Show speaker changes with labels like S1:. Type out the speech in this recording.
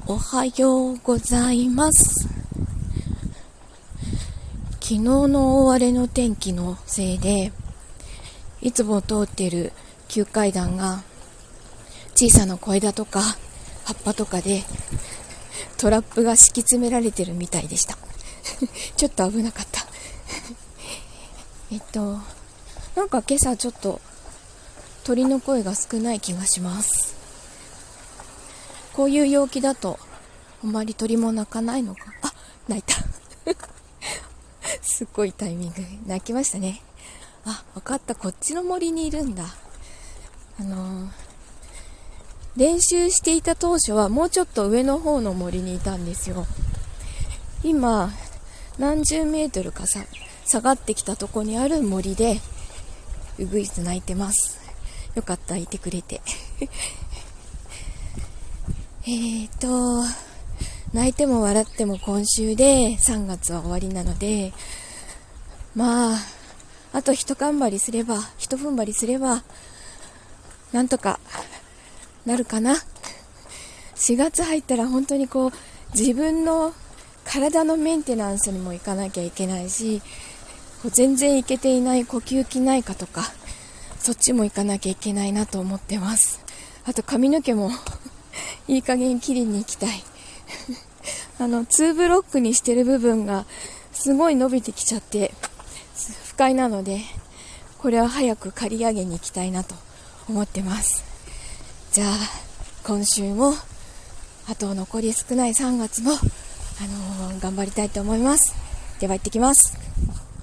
S1: おはようございます。昨日の大荒れの天気のせいで、いつも通っている旧階段が小さな小枝とか葉っぱとかでトラップが敷き詰められてるみたいでしたちょっと危なかったなんか今朝ちょっと鳥の声が少ない気がします。こういう陽気だとあんまり鳥も鳴かないのか。あ、鳴いたすっごいタイミング鳴きましたね。あ、わかった、こっちの森にいるんだ。練習していた当初はもうちょっと上の方の森にいたんですよ。今何十メートルか下がってきたとこにある森でうぐいす鳴いてます。よかった、いてくれて泣いても笑っても今週で3月は終わりなので、まああと一踏ん張りすればなんとかなるかな。4月入ったら本当に自分の体のメンテナンスにも行かなきゃいけないし、全然行けていない呼吸器内科とかそっちも行かなきゃいけないなと思ってます。あと髪の毛もいい加減切りに行きたい2ブロックにしてる部分がすごい伸びてきちゃって不快なので、これは早く刈り上げに行きたいなと思ってます。じゃあ今週もあと残り少ない3月も、頑張りたいと思います。では行ってきます。